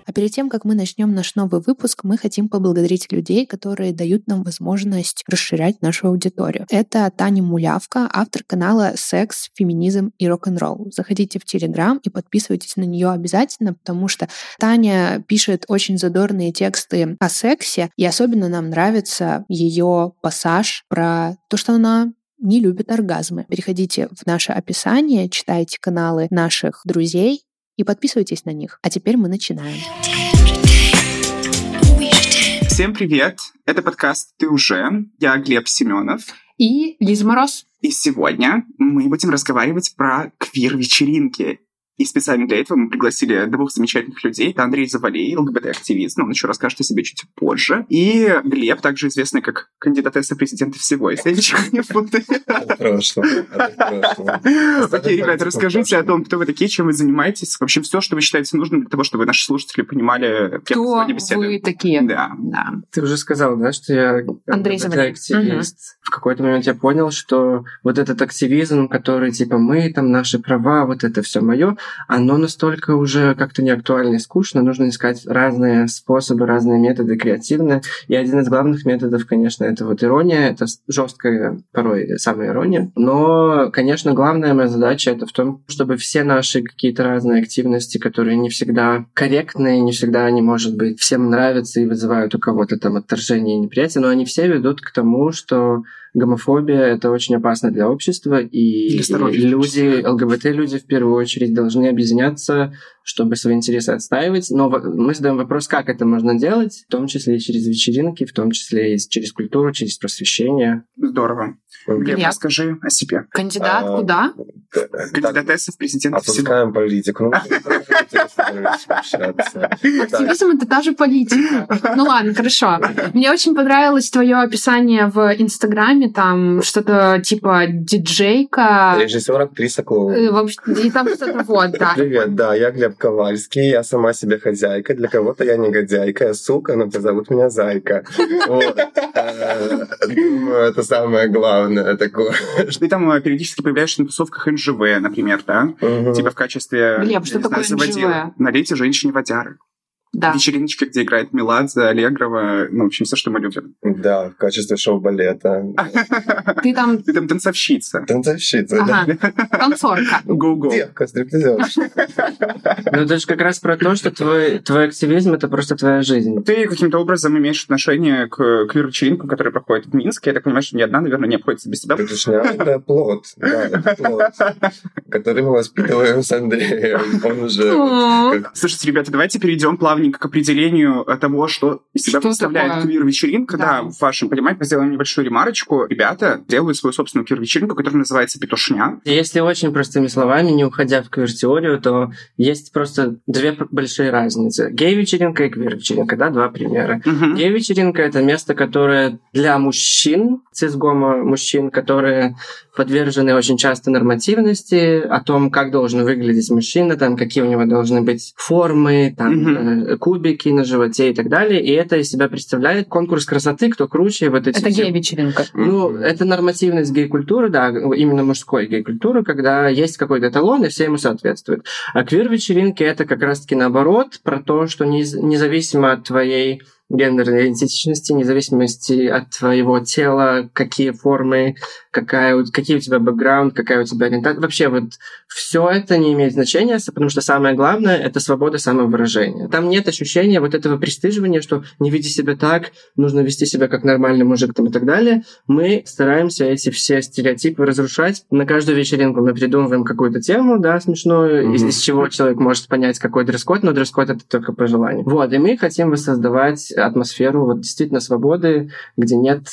А перед тем, как мы начнем наш новый выпуск, мы хотим поблагодарить людей, которые дают нам возможность расширять нашу аудиторию. Это Таня Мулявка, автор канала «Секс, феминизм и рок-н-ролл». Заходите в Телеграм и подписывайтесь на нее обязательно, потому что Таня пишет очень задорные тексты о сексе, и особенно нам нравится ее пассаж про то, что она не любит оргазмы. Переходите в наше описание, читайте каналы наших друзей и подписывайтесь на них. А теперь мы начинаем. Всем привет! Это подкаст «Ты уже». Я Глеб Семенов. И Лиза Мороз. И сегодня мы будем разговаривать про квир-вечеринки. И специально для этого мы пригласили двух замечательных людей. Это Андрей Завалей, ЛГБТ-активист, но он еще расскажет о себе чуть позже. И Глеб, также известный как кандидатесса в президенты всего, если я ничего не путаю. Окей, ребята, расскажите о том, кто вы такие, чем вы занимаетесь. В общем, все, что вы считаете нужным для того, чтобы наши слушатели понимали, кем сегодня беседуем. Кто вы такие? Да. Ты уже сказал, да, что я Андрей Завалей. Активист. В какой-то момент я понял, что вот этот активизм, который типа мы, там, наши права, вот это все мое, оно настолько уже как-то неактуально и скучно, нужно искать разные способы, разные методы креативные. И один из главных методов, конечно, это вот ирония, это жесткая порой самая ирония. Но, конечно, главная моя задача это в том, чтобы все наши какие-то разные активности, которые не всегда корректные, не всегда они, может быть, всем нравятся и вызывают у кого-то там отторжение и неприятие, но они все ведут к тому, что гомофобия — это очень опасно для общества, и люди, ЛГБТ-люди в первую очередь должны объединяться, чтобы свои интересы отстаивать. Но мы задаем вопрос, как это можно делать, в том числе и через вечеринки, в том числе и через культуру, через просвещение. Здорово. Глеб, расскажи о себе. Кандидат куда? Кандидатесса в президенты всего. Опускаем политику. Активизм — это та же политика. Ну ладно, хорошо. Мне очень понравилось твое описание в Инстаграме, там что-то типа диджейка. Режиссер, актриса, клоун. И там что-то вот, да. Привет, да, я Глеб Ковальский, я сама себе хозяйка. Для кого-то я негодяйка, я сука, но позовут меня Зайка. Думаю, это самое главное такое. Ты там периодически появляешься на тусовках НЖВ, например, да? Типа в качестве... Глеб, что такое НЖВ? Налейте женщине водяры. Да. Вечериночки, где играет Меладзе, Аллегрова, ну, в общем, все, что мы любим. Да, в качестве шоу-балета. Ты там танцовщица. Танцовщица, да. Танцорка. Го-го. Девка, стриптизер. Ну, это же как раз про то, что твой активизм — это просто твоя жизнь. Ты каким-то образом имеешь отношение к квир-вечеринкам, которые проходят в Минске. Я так понимаю, что ни одна, наверное, не обходится без тебя. Это плод, да, это плод, который мы воспитываем с Андреем. Он уже... Слушайте, ребята, давайте перейдем плавненько к определению того, что из себя представляет квир-вечеринка. Да, в вашем понимании сделаем небольшую ремарочку. Ребята делают свою собственную квир-вечеринку, которая называется «Петушня». Если очень простыми словами, не уходя в квир-теорию, то есть просто две большие разницы. Гей-вечеринка и квир-вечеринка, да, два примера. Гей-вечеринка — это место, которое для мужчин, цисгомо-мужчин, которые подвержены очень часто нормативности, о том, как должен выглядеть мужчина, там, какие у него должны быть формы, там, кубики на животе и так далее. И это из себя представляет конкурс красоты, кто круче. Вот эти это гей-вечеринка. Ну, это нормативность гей-культуры, да, именно мужской гей-культуры, когда есть какой-то эталон, и все ему соответствуют. А квир-вечеринки — это как раз-таки наоборот, про то, что независимо от твоей гендерной идентичности, независимости от твоего тела, какие формы, какие у тебя бэкграунд, какая у тебя ориентация. Вообще вот все это не имеет значения, потому что самое главное — это свобода самовыражения. Там нет ощущения вот этого пристыживания, что не веди себя так, нужно вести себя как нормальный мужик там, и так далее. Мы стараемся эти все стереотипы разрушать. На каждую вечеринку мы придумываем какую-то тему, да, смешную, из чего человек может понять, какой дресс-код, но дресс-код — это только по желанию. Вот, и мы хотим воссоздавать атмосферу вот действительно свободы, где нет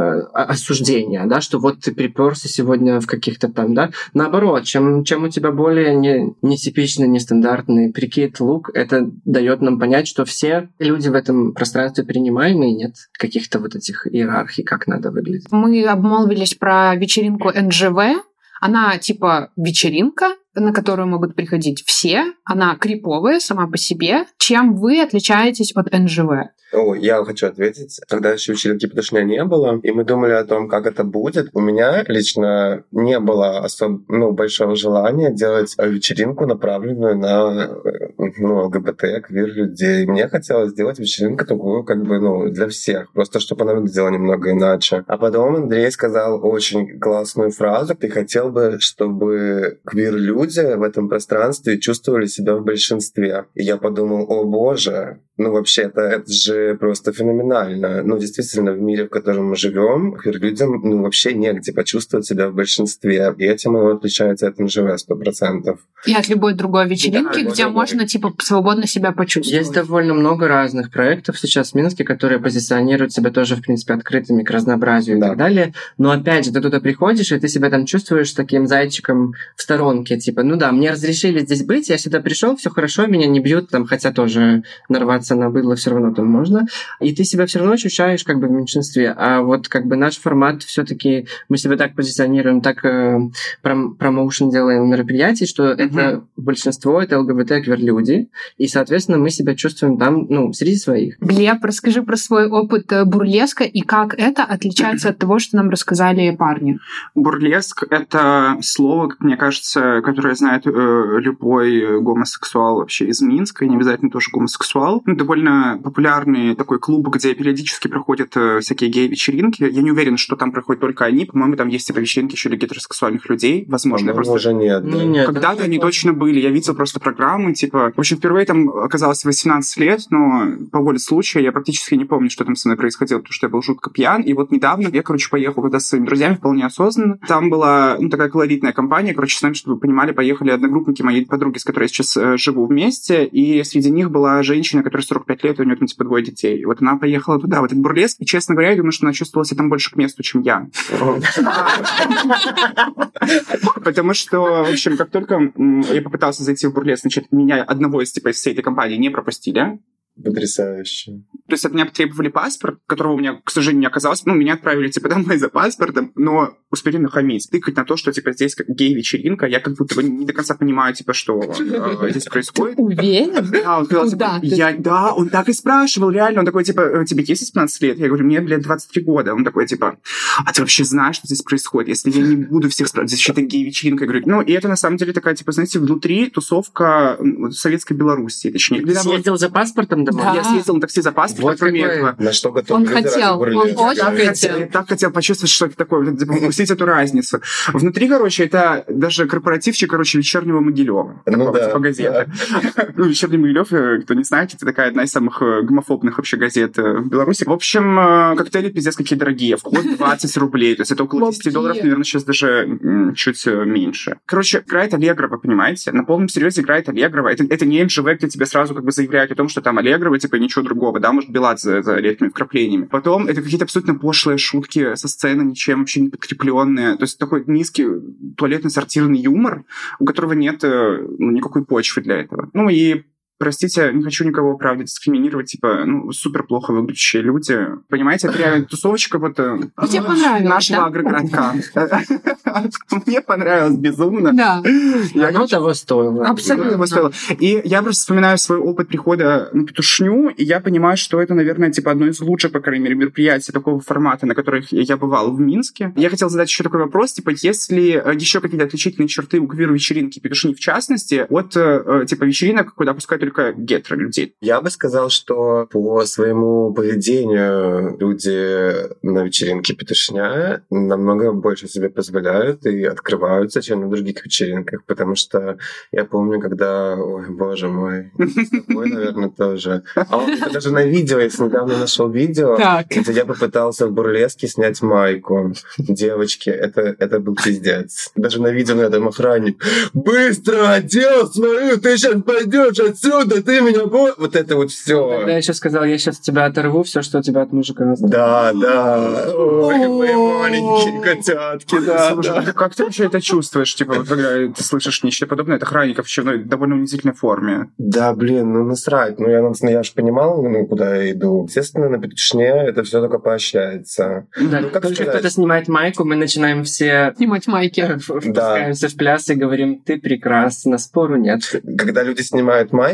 осуждения, да, что вот ты приперся сегодня в каких-то там, да. Наоборот, чем у тебя более нетипичный, нестандартный прикид, лук, это дает нам понять, что все люди в этом пространстве принимаемые, и нет каких-то вот этих иерархий, как надо выглядеть. Мы обмолвились про вечеринку НЖВ. Она типа вечеринка, на которую могут приходить все. Она криповая сама по себе. Чем вы отличаетесь от НЖВ? Я хочу ответить. Когда еще вечеринки петушня не было, и мы думали о том, как это будет, у меня лично не было особо большого желания делать вечеринку, направленную на ЛГБТ, квир-людей. Мне хотелось сделать вечеринку такую, для всех, просто чтобы она выглядела немного иначе. А потом Андрей сказал очень классную фразу: ты хотел бы, чтобы квир-люди в этом пространстве чувствовали себя в большинстве. И я подумал: о боже, вообще, это же просто феноменально. Действительно, в мире, в котором мы живем, людям вообще негде почувствовать себя в большинстве. И этим его отличается от МЖВ 100%. И от любой другой вечеринки, где можно, свободно себя почувствовать. Есть довольно много разных проектов сейчас в Минске, которые позиционируют себя тоже, в принципе, открытыми к разнообразию и так далее. Но, опять же, ты туда приходишь, и ты себя там чувствуешь таким зайчиком в сторонке. Мне разрешили здесь быть, я сюда пришел, все хорошо, меня не бьют, хотя тоже нарваться на быдло все равно там можно. И ты себя все равно ощущаешь в меньшинстве. А наш формат все-таки мы себя так позиционируем, так промоушен делаем мероприятий, что это большинство, это ЛГБТ-квир-люди. И, соответственно, мы себя чувствуем там, среди своих. Глеб, расскажи про свой опыт бурлеска и как это отличается от того, что нам рассказали парни. Бурлеск — это слово, как мне кажется, которое знает любой гомосексуал вообще из Минска, и не обязательно тоже гомосексуал. Довольно популярный такой клуб, где периодически проходят всякие гей-вечеринки. Я не уверен, что там проходят только они. По-моему, там есть вечеринки еще для гетеросексуальных людей. Возможно, просто... уже нет. Нет, когда-то они точно были. Я видел просто программы, В общем, впервые там оказалось 18 лет, но по воле случая я практически не помню, что там со мной происходило, потому что я был жутко пьян. И недавно я, поехал туда с своими друзьями вполне осознанно. Там была такая колоритная компания. С нами, чтобы вы понимали, поехали одногруппники моей подруги, с которой я сейчас живу вместе. И среди них была женщина, которая 45 лет, у нее там 2 детей. И она поехала туда, в этот бурлеск. И, честно говоря, я думаю, что она чувствовала себя там больше к месту, чем я. Потому что, в общем, как только я попытался зайти в бурлеск, меня одного из всей этой компании не пропустили. Потрясающе. То есть от меня потребовали паспорт, которого у меня, к сожалению, не оказалось. Меня отправили, домой за паспортом, но успели нахамить. Тыкать на то, что, здесь гей-вечеринка, я как будто бы не до конца понимаю, что здесь происходит. Ты уверен? Да, он сказал, он так и спрашивал, реально. Он такой, тебе есть 18 лет? Я говорю, мне, 23 года. Он такой, а ты вообще знаешь, что здесь происходит? Если я не буду всех спрашивать, здесь что-то гей-вечеринка. Я говорю, и это на самом деле такая, внутри тусовка Советской Белоруссии, точнее. Съездил за паспортом? Да. Я съездил на такси за паспорт, кроме этого. На что готов он очень хотел. Я так хотел почувствовать, что это такое, вкусить эту разницу. Внутри, это даже корпоративчик, вечернего Могилева. Такого газета. Вечерний Могилев, кто не знает, это такая одна из самых гомофобных вообще газет в Беларуси. В общем, коктейли пиздец какие дорогие. Вход 20 рублей. То есть это около $10, наверное, сейчас даже чуть меньше. Играет Аллегрова, понимаете? На полном серьезе играет Аллегрова. Это не МЖВ, где тебе сразу заявляют о том, что там Аллегрова, ничего другого, может, Беладзе за редкими вкраплениями. Потом это какие-то абсолютно пошлые шутки со сцены, ничем вообще не подкрепленные. То есть такой низкий туалетно-сортирный юмор, у которого нет никакой почвы для этого. И простите, не хочу никого, правда, дискриминировать, супер плохо выглядящие люди. Понимаете, это реально тусовочка Тебе понравилось, нашего агрогородка. Мне понравилось безумно. Да. Оно того стоило. Абсолютно того стоило. И я просто вспоминаю свой опыт прихода на петушню, и я понимаю, что это, наверное, одно из лучших, по крайней мере, мероприятий такого формата, на которых я бывал в Минске. Я хотел задать еще такой вопрос, есть ли еще какие-то отличительные черты у квир-вечеринки петушни, в частности, от вечеринок, куда пускают только гетеро-людей? Я бы сказал, что по своему поведению люди на вечеринке петушня намного больше себе позволяют и открываются, чем на других вечеринках, потому что я помню, когда... Ой, боже мой, с тобой, наверное, тоже. Даже на видео, я недавно нашел видео, где я попытался в бурлеске снять майку. Девочки, это был пиздец. Даже на видео на этом охранник. Быстро одел свою, ты сейчас пойдешь отсюда, ты меня... Вот это все. Тогда я еще сказал, я сейчас тебя оторву, все, что у тебя от мужика осталось. Да. Ой, мои маленькие котятки, да. Как ты вообще это чувствуешь? Когда ты слышишь нечто подобное, это охранников еще в довольно унизительной форме. Да, насрать. Я же понимал, куда я иду. Естественно, на петушне это все только поощряется. Да, только кто-то снимает майку, мы начинаем все... Снимать майки. Впускаемся в пляс и говорим, ты прекрасна, спору нет. Когда люди снимают майку,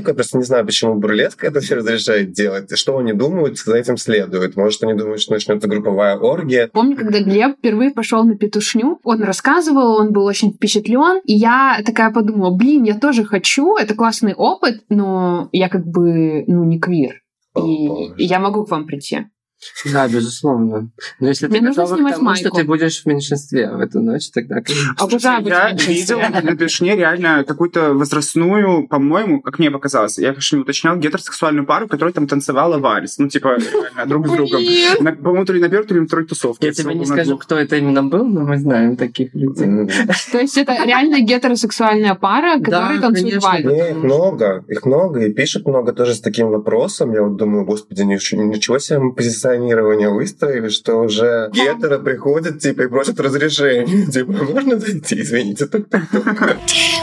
вечеринку. Я просто не знаю, почему бурлеска это все разрешает делать. Что они думают, за этим следует. Может, они думают, что начнется групповая оргия. Помню, когда Глеб впервые пошел на петушню, он рассказывал, он был очень впечатлен, и я такая подумала, я тоже хочу, это классный опыт, но я как бы, не квир. И я могу к вам прийти. Да, безусловно. Но если ты готова к тому, что ты будешь в меньшинстве в эту ночь, тогда... Я видел на петушне реально какую-то возрастную, по-моему, как мне показалось, я, конечно, не уточнял, гетеросексуальную пару, которая там танцевала вальс. Реально, друг с другом. По-моему, то ли на первой, то ли на второй тусовке. Я тебе не скажу, кто это именно был, но мы знаем таких людей. То есть это реально гетеросексуальная пара, которая танцует вальс? Их много, и пишут много тоже с таким вопросом. Я вот думаю, господи, ничего себе мы позиционирование выставили, что уже гетеро приходят, и просят разрешения. Можно зайти, извините, только.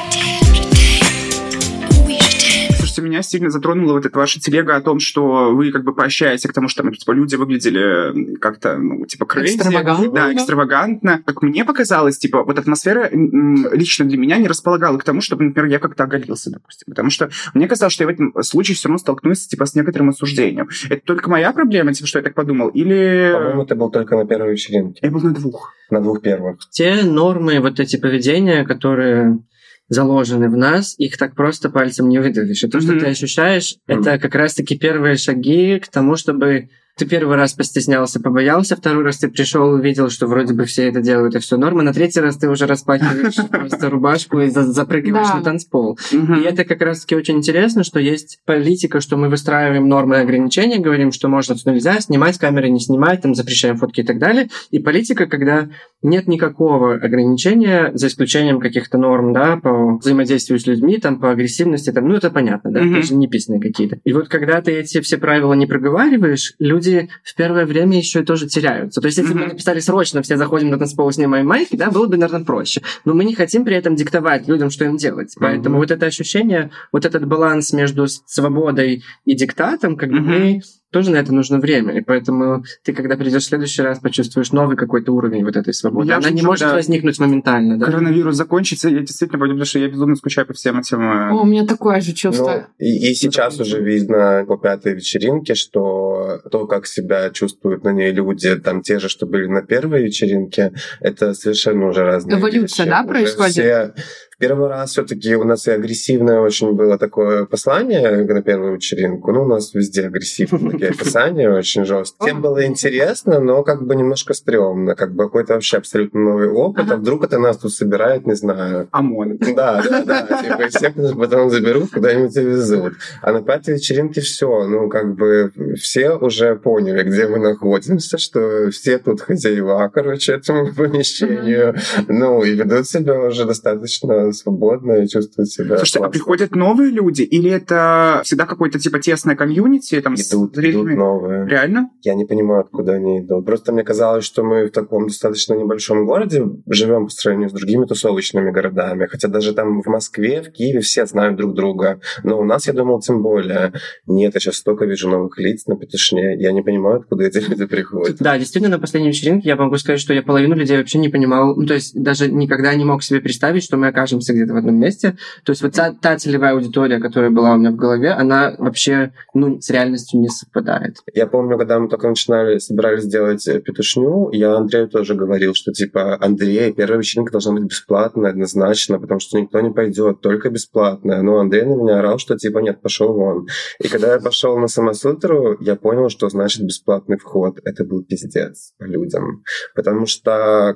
Меня сильно затронула вот эта ваша телега о том, что вы как бы поощряете к тому, что люди выглядели как-то, крейзи. Экстравагантно. Да, экстравагантно. Как мне показалось, вот атмосфера лично для меня не располагала к тому, чтобы, например, я как-то оголился, допустим. Потому что мне казалось, что я в этом случае все равно столкнусь, с некоторым осуждением. Это только моя проблема, что я так подумал? Или... По-моему, ты был только на первой вечеринке. Я был на 2. На 2 первых. Те нормы, вот эти поведения, которые заложены в нас, их так просто пальцем не выдавишь. И то, что ты ощущаешь, это как раз-таки первые шаги к тому, чтобы ты первый раз постеснялся, побоялся, второй раз ты пришел, увидел, что вроде бы все это делают, и все норма, на третий раз ты уже распахиваешь просто рубашку и запрыгиваешь на танцпол. И это как раз-таки очень интересно, что есть политика, что мы выстраиваем нормы и ограничения, говорим, что можно, что нельзя, снимать камеры, не снимать, там запрещаем фотки и так далее. И политика, когда нет никакого ограничения, за исключением каких-то норм, да, по взаимодействию с людьми, там, по агрессивности, там, это понятно, да, это же неписанные какие-то. И вот когда ты эти все правила не проговариваешь, люди в первое время еще и тоже теряются. То есть, если бы мы написали срочно, все заходим на танцпол, снимаем майки, да, было бы, наверное, проще. Но мы не хотим при этом диктовать людям, что им делать. Поэтому вот это ощущение, вот этот баланс между свободой и диктатом, как бы мы тоже на это нужно время. И поэтому ты, когда придешь в следующий раз, почувствуешь новый какой-то уровень вот этой свободы. Она не может возникнуть моментально. Да? Коронавирус закончится, я действительно пойду, потому что я безумно скучаю по всем этим... У меня такое же чувство. И сейчас уже видно по 5-й вечеринке, что то, как себя чувствуют на ней люди, там те же, что были на первой вечеринке, это совершенно уже разные эволюция, вещи. да, происходит? Первый раз все-таки у нас и агрессивное очень было такое послание на первую вечеринку. У нас везде агрессивные такие описания, очень жестко. Всем было интересно, но как бы немножко стрёмно. Как бы какой-то вообще абсолютно новый опыт. А вдруг это нас тут собирает, не знаю. ОМОН. Да. Всех потом заберут, куда-нибудь и везут. А на 5-й вечеринке все. Как бы все уже поняли, где мы находимся, что все тут хозяева, этому помещению. И ведут себя уже достаточно свободно и чувствуют себя. Слушайте, а приходят новые люди? Или это всегда какое-то тесное комьюнити? Там, идут новые. Реально? Я не понимаю, откуда они идут. Просто мне казалось, что мы в таком достаточно небольшом городе живем по сравнению с другими тусовочными городами. Хотя даже там в Москве, в Киеве все знают друг друга. Но у нас, я думал, тем более. Нет, я сейчас столько вижу новых лиц на петушне. Я не понимаю, откуда эти люди приходят. Да, действительно, на последней вечеринке я могу сказать, что я половину людей вообще не понимал. То есть даже никогда не мог себе представить, что мы окажемся где-то в одном месте. То есть вот та целевая аудитория, которая была у меня в голове, она вообще с реальностью не совпадает. Я помню, когда мы только собирались делать петушню, я Андрею тоже говорил, что Андрей, первая вечеринка должна быть бесплатная однозначно, потому что никто не пойдет, только бесплатная. Но Андрей на меня орал, что нет, пошел вон. И когда я пошел на Самосутру, я понял, что значит бесплатный вход. Это был пиздец людям. Потому что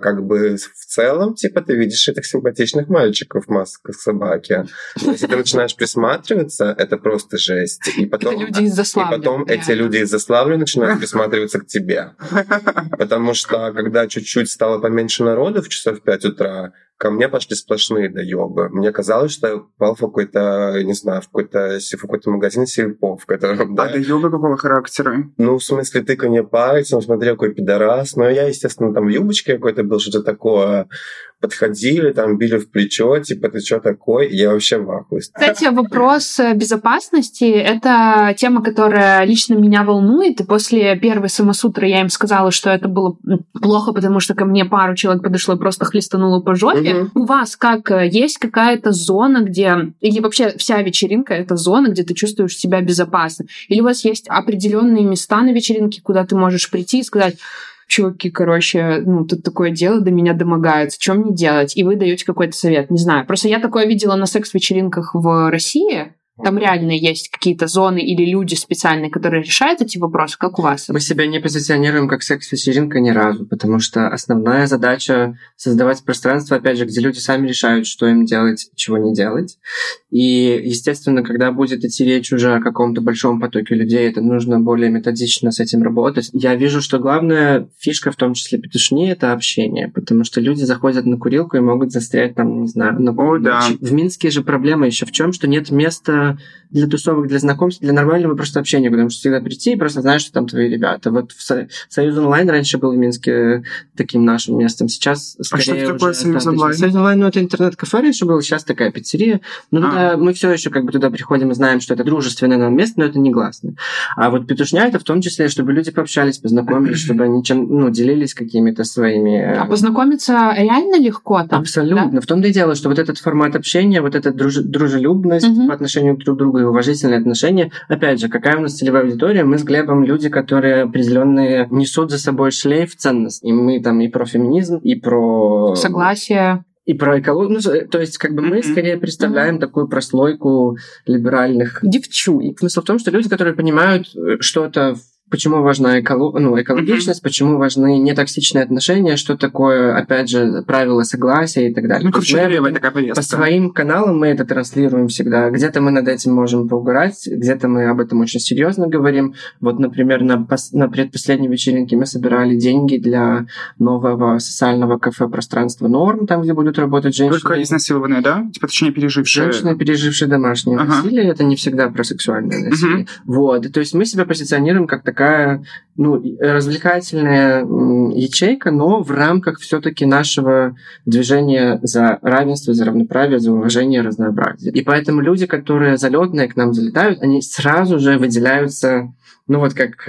в целом ты видишь этих симпатичных мальчиков в масках собаки. Но если ты начинаешь присматриваться, это просто жесть. И потом, это люди из Заславля. И потом эти люди из Заславля начинают присматриваться к тебе. Потому что, когда чуть-чуть стало поменьше народу в часов 5 утра, ко мне пошли сплошные доёбы. Мне казалось, что я попал в какой-то, не знаю, в какой-то магазин сельпо, в котором... А доёбы какого характера? В смысле, тыканье пальцем, смотри, какой пидорас. Но я, естественно, там в юбочке какой-то был, что-то такое. Подходили, там били в плечо, ты что такой? Я вообще в ахуе. Кстати, вопрос безопасности — это тема, которая лично меня волнует. И после первой Самосутры я им сказала, что это было плохо, потому что ко мне пару человек подошло и просто хлестануло по жопе. вечеринке. У вас как, есть какая-то зона, где... Или вообще вся вечеринка — это зона, где ты чувствуешь себя безопасно? Или у вас есть определенные места на вечеринке, куда ты можешь прийти и сказать: чуваки, короче, тут такое дело, до меня домогаются, что мне делать? И вы даете какой-то совет, не знаю. Просто я такое видела на секс-вечеринках в России. Там реально есть какие-то зоны или люди специальные, которые решают эти вопросы, как у вас? Мы себя не позиционируем как секс-вечеринка ни разу, потому что основная задача — создавать пространство, опять же, где люди сами решают, что им делать, чего не делать. И, естественно, когда будет идти речь уже о каком-то большом потоке людей, это нужно более методично с этим работать. Я вижу, что главная фишка, в том числе петушни, — это общение, потому что люди заходят на курилку и могут застрять там, не знаю, В Минске же проблема еще в чем, что нет места для тусовок, для знакомств, для нормального просто общения, потому что всегда прийти и просто знаешь, что там твои ребята. Вот Союз онлайн раньше был в Минске таким нашим местом, сейчас скорее что такое Союз онлайн? Союз онлайн, это интернет-кафе раньше был, сейчас такая пиццерия. Но туда мы все еще как бы туда приходим и знаем, что это дружественное нам место, но это негласно. А вот петушня — это в том числе, чтобы люди пообщались, познакомились, чтобы они делились какими-то своими... А познакомиться реально легко там? Абсолютно. Да? В том-то и дело, что вот этот формат общения, вот эта дружелюбность по отношению друг к другу и уважительные отношения. Опять же, какая у нас целевая аудитория? Мы с Глебом люди, которые определенные несут за собой шлейф ценностей. И мы там и про феминизм, и про... Согласие. И про экологию. То есть, как бы мы скорее представляем такую прослойку либеральных девчуек. Смысл в том, что люди, которые понимают что-то, почему важна экологичность, почему важны нетоксичные отношения, что такое, опять же, правила согласия и так далее. По своим каналам мы это транслируем всегда. Где-то мы над этим можем поугарать, где-то мы об этом очень серьезно говорим. Вот, например, на предпоследней вечеринке мы собирали деньги для нового социального кафе «Пространство Норм», там, где будут работать женщины. Только изнасилованные, да? Точнее, пережившие. Женщины, пережившие домашнее насилие. Это не всегда про сексуальное насилие. Вот. То есть мы себя позиционируем как такая развлекательная ячейка, но в рамках все-таки нашего движения за равенство, за равноправие, за уважение, разнообразие. И поэтому люди, которые залетные к нам залетают, они сразу же выделяются, как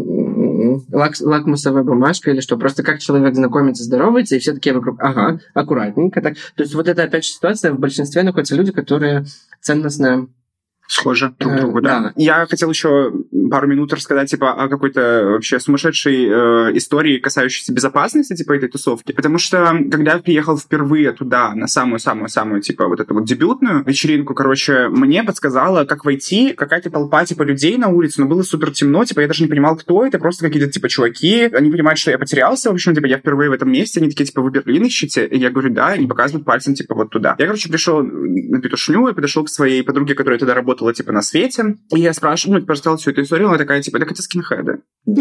лакмусовая бумажка или что. Просто как человек знакомится, здоровается, и все такие вокруг, аккуратненько. Так. То есть вот это опять же ситуация, в большинстве находятся люди, которые ценностно схожи друг к другу, да. Я хотел еще пару минут рассказать, о какой-то вообще сумасшедшей истории, касающейся безопасности, этой тусовки. Потому что, когда я приехал впервые туда, на самую-самую-самую, вот эту вот дебютную вечеринку, мне подсказала, как войти, какая-то толпа, людей на улице, но было супер темно, я даже не понимал, кто это, просто какие-то, чуваки, они понимают, что я потерялся, в общем, я впервые в этом месте, они такие, вы Берлин ищете? И я говорю, да, они показывают пальцем, вот туда. Я, пришел на петушню и подошел к своей подруге, которая тогда работала, на свете. И я спрашиваю, рассказал всю эту историю, она такая, так это скинхеды.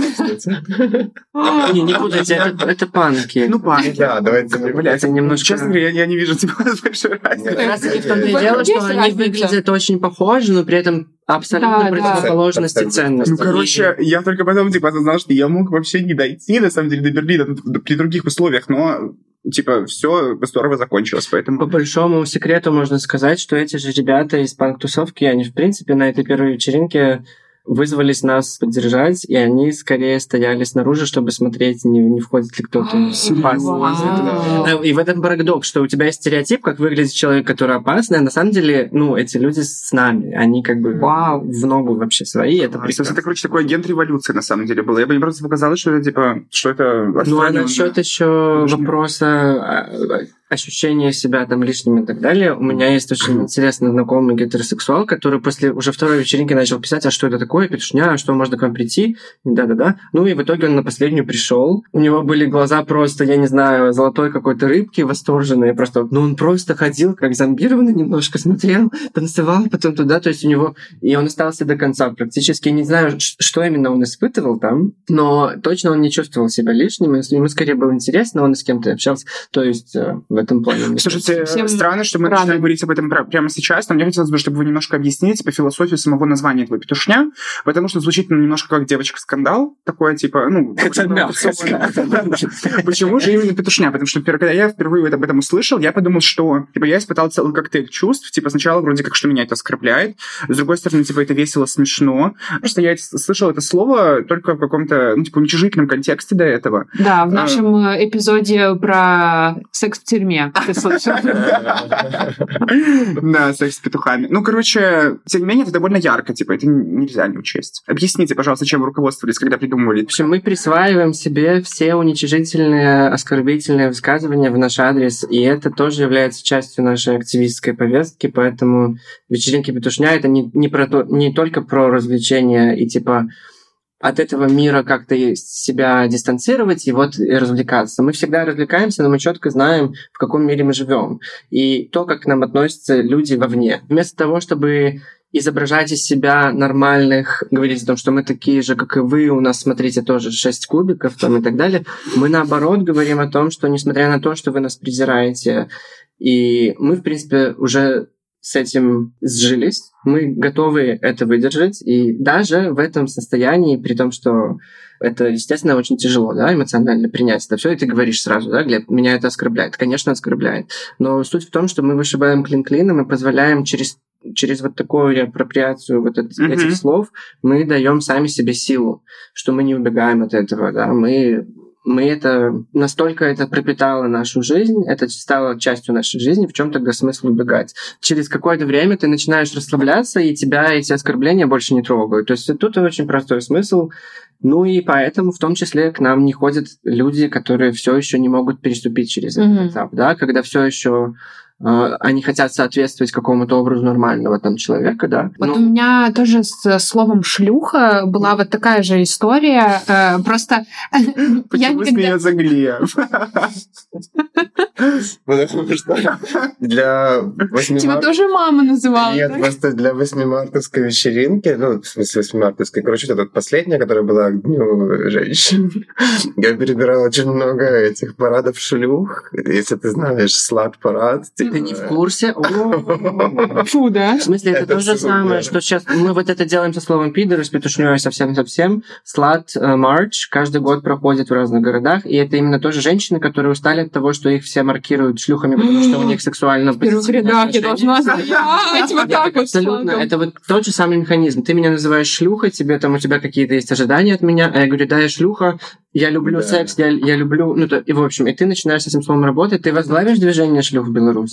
Не путайте, это панки. Панки. Да, давайте это немножко... Честно говоря, я не вижу большой разницы. Раз таки в том-то и дело, что они выглядят очень похожи, но при этом абсолютно противоположности ценностей. Я только потом осознал, что я мог вообще не дойти, на самом деле, до Берлина при других условиях, но все здорово закончилось, поэтому... По большому секрету можно сказать, что эти же ребята из панк-тусовки, они, в принципе, на этой первой вечеринке вызвались нас поддержать, и они скорее стояли снаружи, чтобы смотреть, не входит ли кто-то опасный. И в этом парадокс, что у тебя есть стереотип, как выглядит человек, который опасный, а на самом деле, эти люди с нами, они в ногу вообще свои, это прекрасно. Это, такой агент революции, на самом деле, было. Я бы мне просто показалось, что это, что это... А насчет еще вопроса ощущение себя там лишним и так далее. У меня есть очень интересный знакомый гетеросексуал, который после уже второй вечеринки начал писать, а что это такое, петушня, а что, можно к вам прийти? Да-да-да. И в итоге он на последнюю пришел. У него были глаза просто, я не знаю, золотой какой-то рыбки, восторженные просто. Он просто ходил как зомбированный немножко, смотрел, танцевал потом туда, то есть у него... И он остался до конца практически. Не знаю, что именно он испытывал там, но точно он не чувствовал себя лишним, ему скорее было интересно, он с кем-то общался. То есть в этом плане. Слушайте, странно, что мы начинаем говорить об этом прямо сейчас, но мне хотелось бы, чтобы вы немножко объяснили философию самого названия этого петушня, потому что звучит немножко как девочка-скандал, такое это мягко. Почему же именно петушня? Потому что когда я впервые об этом услышал, я подумал, что я испытал целый коктейль чувств, сначала вроде как, что меня это оскорбляет, с другой стороны, это весело, смешно. Просто я слышал это слово только в каком-то, уничижительном контексте до этого. Да, в нашем эпизоде про секс в тюрьме тюрьме. Ты слышал? Да, секс с петухами. Ну, короче, тем не менее, это довольно ярко, типа, это нельзя не учесть. Объясните, пожалуйста, чем вы руководствовались, когда придумывали? В общем, мы присваиваем себе все уничижительные, оскорбительные высказывания в наш адрес, и это тоже является частью нашей активистской повестки, поэтому вечеринки петушня — это не только про развлечения и, типа, от этого мира как-то себя дистанцировать и вот и развлекаться. Мы всегда развлекаемся, но мы четко знаем, в каком мире мы живем. И то, как к нам относятся люди вовне. Вместо того, чтобы изображать из себя нормальных, говорить о том, что мы такие же, как и вы, у нас, смотрите, тоже 6 кубиков там, и так далее, мы, наоборот, говорим о том, что, несмотря на то, что вы нас презираете, и мы, в принципе, уже с этим сжились, мы готовы это выдержать, и даже в этом состоянии, при том, что это, естественно, очень тяжело, да, эмоционально принять это все, и ты говоришь сразу, да, Глеб, меня это оскорбляет. Конечно, оскорбляет. Но суть в том, что мы вышибаем клин клином и позволяем через вот такую реапроприацию вот этих слов, мы даем сами себе силу, что мы не убегаем от этого, да, мы это настолько это пропитало нашу жизнь, это стало частью нашей жизни, в чем тогда смысл убегать? Через какое-то время ты начинаешь расслабляться, и тебя эти оскорбления больше не трогают. То есть тут очень простой смысл. Ну и поэтому в том числе к нам не ходят люди, которые все еще не могут переступить через этот этап, да, когда все еще они хотят соответствовать какому-то образу нормального там человека, да. Вот у меня тоже с словом «шлюха» была вот такая же история, просто... Почему смеется Глеб? Потому что для 8 Тебя тоже мама называла, Нет, просто для 8-мартовской вечеринки, ну, в смысле 8-мартовской, короче, вот эта последняя, которая была к Дню женщин, я перебирала очень много этих парадов шлюх. Если ты знаешь, слат-парад. Ты не в курсе? Фу, да? В смысле, это то же самое, что сейчас мы вот это делаем со словом пидор, с петушнёй совсем-совсем. Слат Марч каждый год проходит в разных городах, и это именно тоже женщины, которые устали от того, что их все маркируют шлюхами, потому что у них сексуально... В первых рядах я должна стоять вот так вот. Абсолютно. Это вот тот же самый механизм. Ты меня называешь шлюхой, у тебя какие-то есть ожидания от меня, а я говорю, да, я шлюха, я люблю секс, я люблю... Ну, и в общем, и ты начинаешь с этим словом работать, ты возглавишь движение шлюх в Беларуси.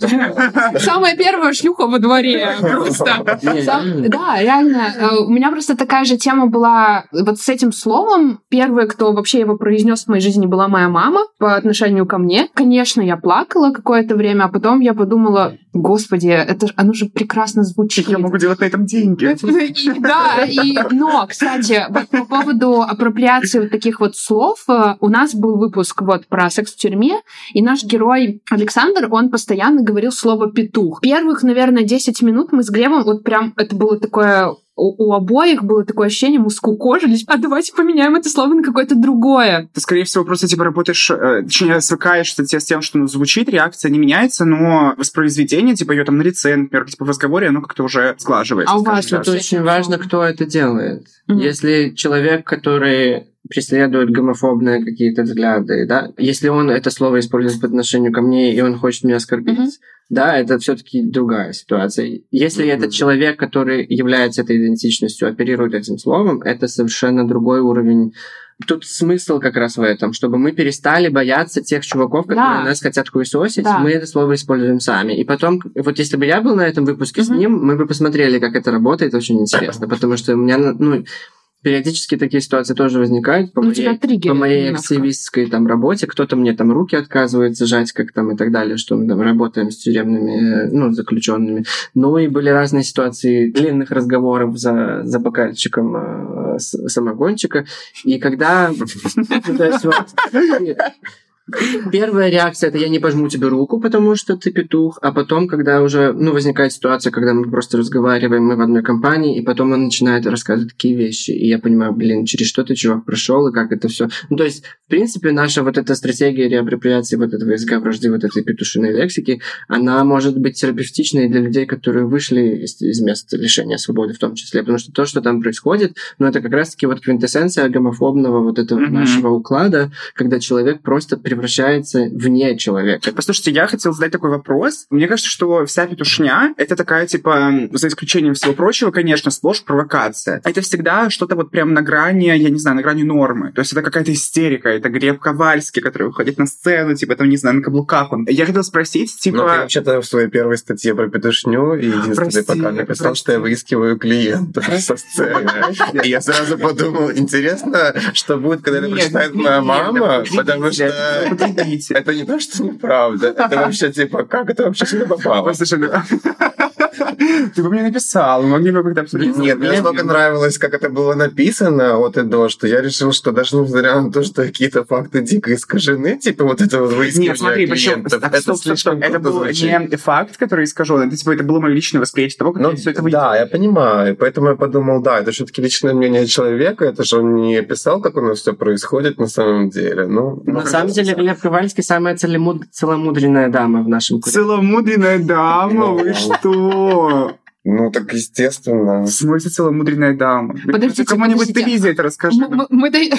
Самая первая шлюха во дворе. Просто. Да, реально. У меня просто такая же тема была вот с этим словом. Первый, кто вообще его произнес в моей жизни, была моя мама по отношению ко мне. Конечно, я плакала какое-то время, а потом я подумала, господи, оно же прекрасно звучит. Я могу делать на этом деньги. Да, но, кстати, вот по поводу апроприации вот таких вот слов, у нас был выпуск вот про секс в тюрьме, и наш герой Александр, он постоянно говорил слово «петух». Первых, наверное, 10 минут мы с Глебом, вот прям это было такое... У обоих было такое ощущение, мы скукожились, а давайте поменяем это слово на какое-то другое. Ты, скорее всего, просто типа работаешь, точнее, свыкаешься с тем, что звучит, реакция не меняется, но воспроизведение, типа ее там на лице, например, типа в разговоре, оно как-то уже сглаживается. А у вас тут очень важно, кто это делает. Если человек, который преследует гомофобные какие-то взгляды, да, если он это слово использует по отношению ко мне, и он хочет меня оскорбить, да, это все-таки другая ситуация. Если этот человек, который является этой идентичностью, оперирует этим словом, это совершенно другой уровень. Тут смысл как раз в этом, чтобы мы перестали бояться тех чуваков, которые нас хотят хуесосить, мы это слово используем сами. И потом, вот если бы я был на этом выпуске с ним, мы бы посмотрели, как это работает, очень интересно, потому что у меня, периодически такие ситуации тоже возникают по моей активистской там работе. Кто-то мне там руки отказывает зажать, как там и так далее, что мы там работаем с тюремными, заключенными. Ну и были разные ситуации длинных разговоров за бокальчиком самогончика. И когда... Первая реакция — это я не пожму тебе руку, потому что ты петух, а потом, когда уже, возникает ситуация, когда мы просто разговариваем, мы в одной компании, и потом он начинает рассказывать такие вещи, и я понимаю, через что ты, чувак, прошел и как это все. То есть, в принципе, наша вот эта стратегия реапроприации вот этого языка вражды, вот этой петушиной лексики, она может быть терапевтичной для людей, которые вышли из места лишения свободы в том числе, потому что то, что там происходит, это как раз-таки вот квинтэссенция гомофобного вот этого нашего уклада, когда человек просто превращается вне человека. Послушайте, я хотел задать такой вопрос. Мне кажется, что вся петушня — это такая, типа, за исключением всего прочего, конечно, сплошь провокация. Это всегда что-то вот прям на грани, я не знаю, на грани нормы. То есть это какая-то истерика, это Глеб Ковальский, который выходит на сцену, типа, там, не знаю, на каблуках он. Я хотел спросить, типа... Ну, ты вообще-то в своей первой статье про петушню единственный пока написал, что я выискиваю клиентов со сцены. И я сразу подумал, интересно, что будет, когда это прочитает моя мама, потому что это не то, что неправда. Это вообще, типа, как это вообще сюда попало? Ты бы мне написал, мы могли бы как-то обсудить. Нет, мне настолько нравилось, как это было написано от и до, что я решил, что даже несмотря на то, что какие-то факты дико искажены, типа вот это вот выискивание клиентов, это слишком это был не факт, который искажен, это типа это было мое личное восприятие того, как я все это видел. Да, я понимаю, поэтому я подумал, да, это все-таки личное мнение человека, это же он не описал, как у нас все происходит на самом деле. На самом деле Глеб Ковальский самая целомудренная дама в нашем клубе. Целомудренная дама? Вы что? Ну, так естественно. В смысле целомудренная дама? Подождите, кому-нибудь ты Лизе это расскажи. Но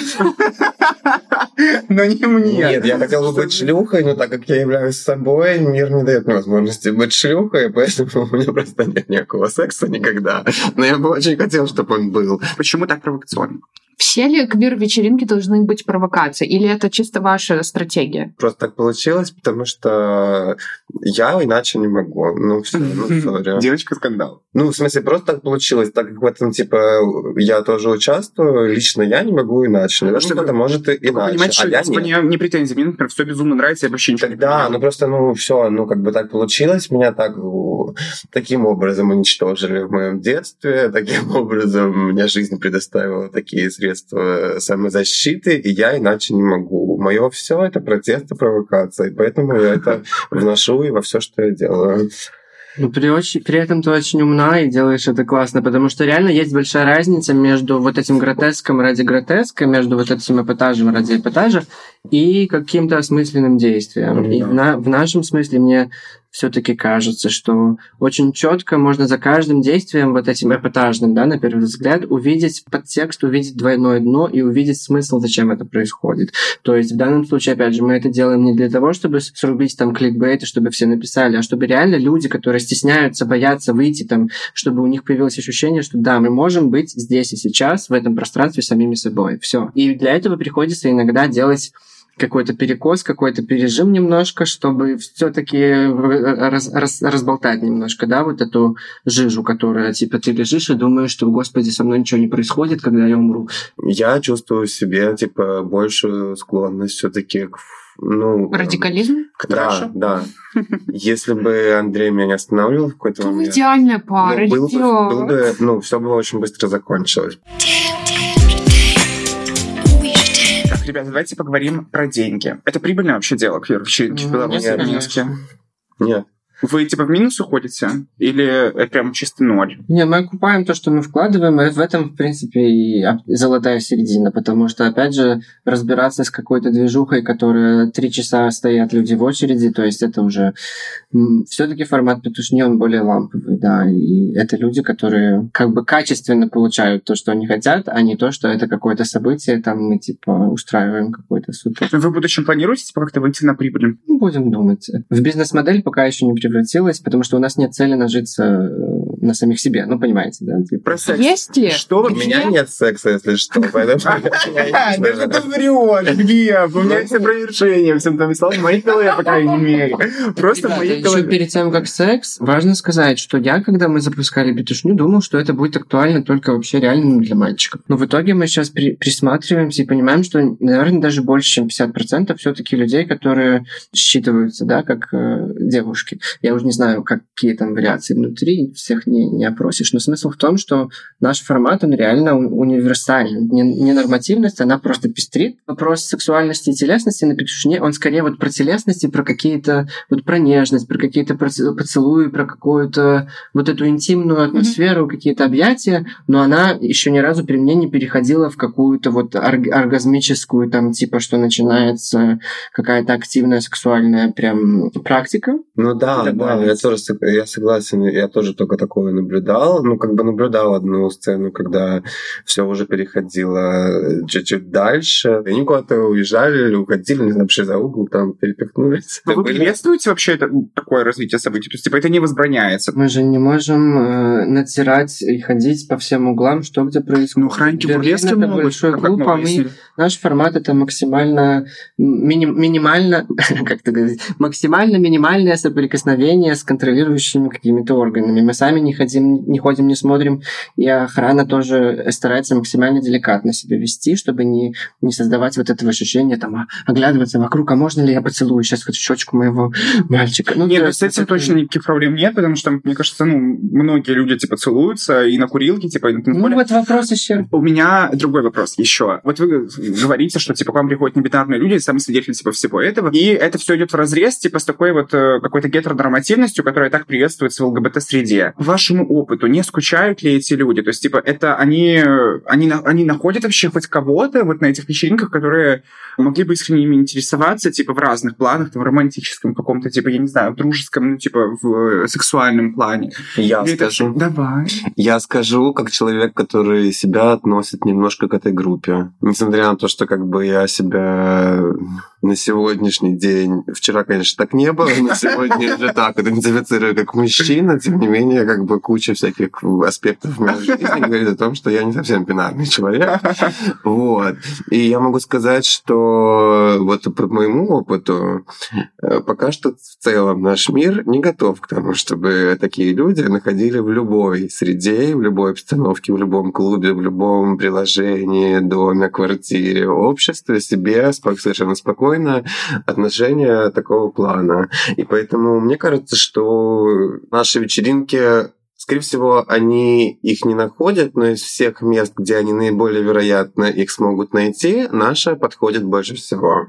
не мне. Нет, я хотел бы быть шлюхой, но так как я являюсь собой, мир не дает мне возможности быть шлюхой, поэтому у меня просто нет никакого секса никогда. Но я бы очень хотел, чтобы он был. Почему так провокационно? Все ли квир-вечеринки должны быть провокацией? Или это чисто ваша стратегия? Просто так получилось, потому что я иначе не могу. Ну, все, сори. Девочка-скандал. Ну, в смысле, просто так получилось, так как в этом, типа, я тоже участвую, лично я не могу иначе. Наверное, кто-то может и иначе, понимаете, а я нет. Не претензии, мне, например, все безумно нравится, я вообще ничего не Да, понимаю. ну просто, все, как бы так получилось, меня таким образом уничтожили в моем детстве, таким образом мне жизнь предоставила такие средства самозащиты, и я иначе не могу. Мое все это протест и провокация, и поэтому я это вношу и во все, что я делаю. Ну, при этом ты очень умна и делаешь это классно, потому что реально есть большая разница между вот этим гротеском ради гротеска, между вот этим эпатажем ради эпатажа и каким-то осмысленным действием. И в нашем смысле мне все-таки кажется, что очень четко можно за каждым действием вот этим эпатажным, да, на первый взгляд, увидеть подтекст, увидеть двойное дно и увидеть смысл, зачем это происходит. То есть в данном случае, опять же, мы это делаем не для того, чтобы срубить там кликбейт, и чтобы все написали, а чтобы реально люди, которые стесняются, боятся выйти там, чтобы у них появилось ощущение, что да, мы можем быть здесь и сейчас, в этом пространстве самими собой. Все. И для этого приходится иногда делать какой-то перекос, какой-то пережим немножко, чтобы все-таки разболтать немножко, да, вот эту жижу, которая, типа, ты лежишь и думаешь, что, господи, со мной ничего не происходит, когда я умру. Я чувствую в себе, типа, большую склонность все-таки к радикализм? Да. Если бы Андрей меня не останавливал в какой-то момент... идеальная пара, все бы очень быстро закончилось. Ребята, давайте поговорим про деньги. Это прибыльное вообще дело, квир-вечеринки в Беларуси, в Минске? Нет. Вы, типа, в минус уходите? Или это прям чисто ноль? Не, мы окупаем то, что мы вкладываем, и в этом, в принципе, и золотая середина, потому что, опять же, разбираться с какой-то движухой, которая 3 часа стоят люди в очереди, то есть это уже... Все-таки формат петушни, он более ламповый, да, и это люди, которые как бы качественно получают то, что они хотят, а не то, что это какое-то событие, там мы, типа, устраиваем какой-то супер... Вы в будущем планируете, типа, как-то выйти на прибыль? Будем думать. В бизнес-модель пока еще не превратилась, потому что у нас нет цели нажиться на самих себе. Ну, понимаете, да? Про секс. Есть ли? Что у меня нет секса, если что. Поэтому... Даже ты врёшь, Глеб. У меня есть опровержение всем там словам. В моей голове, по крайней мере. Просто в моей голове. Еще перед тем, как секс, важно сказать, что я, когда мы запускали петушню, думал, что это будет актуально только вообще реально для мальчиков. Но в итоге мы сейчас присматриваемся и понимаем, что, наверное, даже больше, чем 50% все-таки людей, которые считываются, да, как девушки. Я уже не знаю, какие там вариации внутри, всех не опросишь. Но смысл в том, что наш формат, он реально универсальный. Ненормативность, она просто пестрит. Вопрос сексуальности и телесности на петушне, он скорее вот про телесность и про какие-то, вот про нежность, про какие-то поцелуи, про какую-то вот эту интимную атмосферу, какие-то объятия, но она еще ни разу при мне не переходила в какую-то вот оргазмическую, там, типа, что начинается какая-то активная сексуальная прям практика. Ну да, я тоже я согласен, я тоже только такое такое наблюдал. Наблюдал одну сцену, когда все уже переходило чуть-чуть дальше. Они куда-то уезжали или уходили, не знаю, вообще за угол, там перепихнулись. Вы приветствуете вообще такое развитие событий? То есть, это не возбраняется? Мы же не можем надзирать и ходить по всем углам, что где происходит. Охранники бурлески могут. Большой клуб, наш формат — это максимально минимально, как это говорить, максимально минимальное соприкосновение с контролирующими какими-то органами. Мы сами не ходим, не смотрим, и охрана тоже старается максимально деликатно себя вести, чтобы не создавать вот этого ощущения, оглядываться вокруг, а можно ли я поцелую сейчас вот щечку моего мальчика? Нет, с этим точно никаких проблем нет, потому что, мне кажется, многие люди, целуются и на курилке, вот вопрос еще. У меня другой вопрос еще. Вот вы говорите, что, к вам приходят небинарные люди, сами свидетели, всего этого, и это все идет вразрез, с такой вот какой-то гетеронормативностью, которая так приветствуется в ЛГБТ-среде. По вашему опыту, не скучают ли эти люди? То есть, это они находят вообще хоть кого-то вот на этих вечеринках, которые могли бы искренне ими интересоваться, в разных планах, в романтическом каком-то, я не знаю, в дружеском, в сексуальном плане. Я скажу. Давай. Я скажу, как человек, который себя относит немножко к этой группе. Несмотря на то, что я себя на сегодняшний день, вчера, конечно, так не было, но сегодня уже так идентифицирую как мужчина, тем не менее, куча всяких аспектов в моей жизни говорит о том, что я не совсем бинарный человек. Вот. И я могу сказать, что вот по моему опыту пока что в целом наш мир не готов к тому, чтобы такие люди находили в любой среде, в любой обстановке, в любом клубе, в любом приложении, доме, квартире, обществе себе совершенно спокойно отношения такого плана. И поэтому мне кажется, что наши вечеринки, скорее всего, они их не находят, но из всех мест, где они наиболее вероятно их смогут найти, наша подходит больше всего.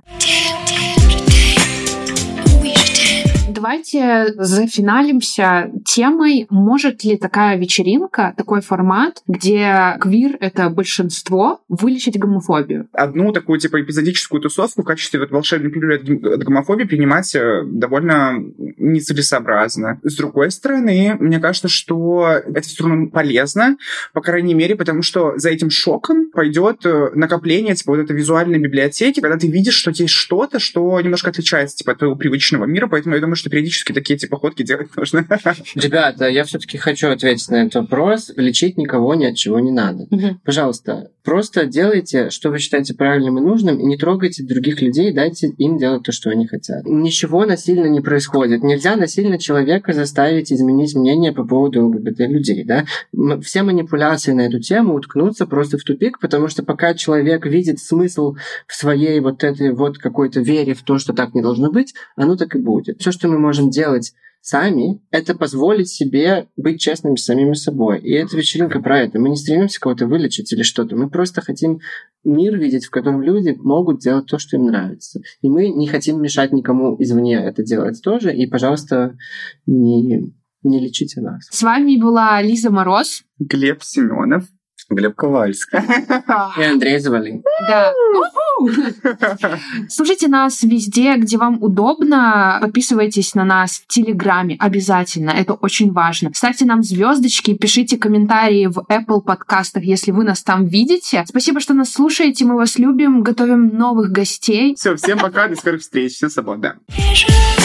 Давайте зафиналимся темой, может ли такая вечеринка, такой формат, где квир — это большинство, вылечить гомофобию? Одну такую эпизодическую тусовку в качестве волшебной пилюли от гомофобии принимать довольно нецелесообразно. С другой стороны, мне кажется, что это все равно полезно, по крайней мере, потому что за этим шоком пойдет накопление вот этой визуальной библиотеки, когда ты видишь, что есть что-то, что немножко отличается от твоего привычного мира, поэтому я думаю, что периодически такие ходки делать нужно. Ребята, я все-таки хочу ответить на этот вопрос. Лечить никого ни от чего не надо. Пожалуйста, просто делайте, что вы считаете правильным и нужным, и не трогайте других людей, дайте им делать то, что они хотят. Ничего насильно не происходит. Нельзя насильно человека заставить изменить мнение по поводу ЛГБТ-людей. Да? Все манипуляции на эту тему уткнутся просто в тупик, потому что пока человек видит смысл в своей вот этой вот какой-то вере в то, что так не должно быть, оно так и будет. Все, что мы можем делать сами, это позволить себе быть честными с самими собой. И эта вечеринка про это. Мы не стремимся кого-то вылечить или что-то. Мы просто хотим мир видеть, в котором люди могут делать то, что им нравится. И мы не хотим мешать никому извне это делать тоже. И, пожалуйста, не лечите нас. С вами была Лиза Мороз, Глеб Семенов, Глеб Ковальский и Андрей Завалин. Да. Слушайте нас везде, где вам удобно. Подписывайтесь на нас в Телеграме обязательно. Это очень важно. Ставьте нам звездочки, пишите комментарии в Apple подкастах, если вы нас там видите. Спасибо, что нас слушаете. Мы вас любим. Готовим новых гостей. Все, всем пока, до скорых встреч. Всем свободы.